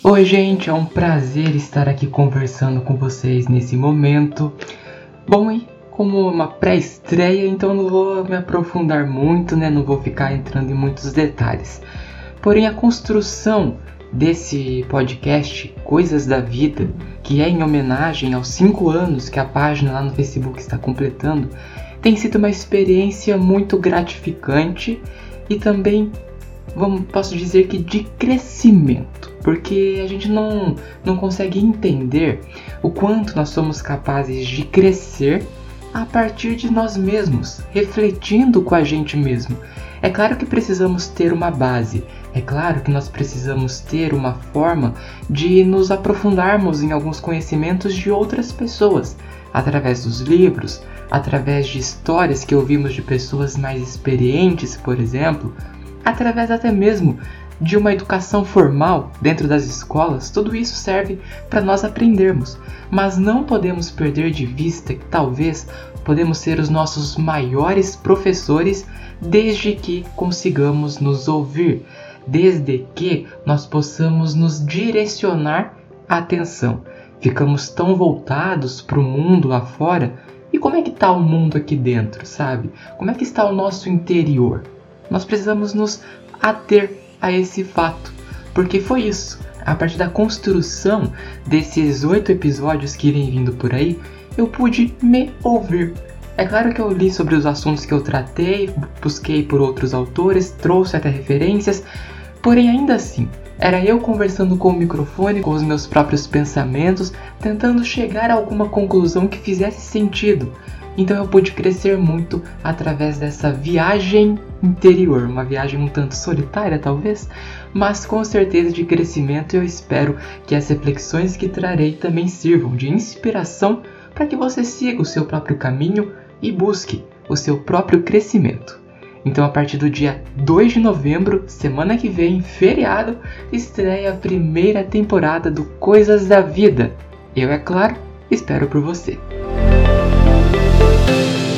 Oi, gente, é um prazer estar aqui conversando com vocês nesse momento. Bom, e como uma pré-estreia, então não vou me aprofundar muito, não vou ficar entrando em muitos detalhes. Porém, a construção desse podcast, Coisas da Vida, que é em homenagem aos 5 anos que a página lá no Facebook está completando, tem sido uma experiência muito gratificante e também, posso dizer que de crescimento, porque a gente não consegue entender o quanto nós somos capazes de crescer a partir de nós mesmos, refletindo com a gente mesmo. É claro que precisamos ter uma base, é claro que nós precisamos ter uma forma de nos aprofundarmos em alguns conhecimentos de outras pessoas, através dos livros, através de histórias que ouvimos de pessoas mais experientes, por exemplo, através até mesmo de uma educação formal dentro das escolas. Tudo isso serve para nós aprendermos, mas não podemos perder de vista que talvez podemos ser os nossos maiores professores desde que consigamos nos ouvir, desde que nós possamos nos direcionar a atenção. Ficamos tão voltados para o mundo lá fora, e como é que está o mundo aqui dentro, sabe? Como é que está o nosso interior? Nós precisamos nos ater a esse fato, porque foi isso, a partir da construção desses 8 episódios que irem vindo por aí, eu pude me ouvir. É claro que eu li sobre os assuntos que eu tratei, busquei por outros autores, trouxe até referências, porém ainda assim, era eu conversando com o microfone, com os meus próprios pensamentos, tentando chegar a alguma conclusão que fizesse sentido. Então eu pude crescer muito através dessa viagem interior, uma viagem um tanto solitária talvez, mas com certeza de crescimento. Eu espero que as reflexões que trarei também sirvam de inspiração para que você siga o seu próprio caminho e busque o seu próprio crescimento. Então a partir do dia 2 de novembro, semana que vem, feriado, estreia a primeira temporada do Coisas da Vida. Eu, é claro, espero por você.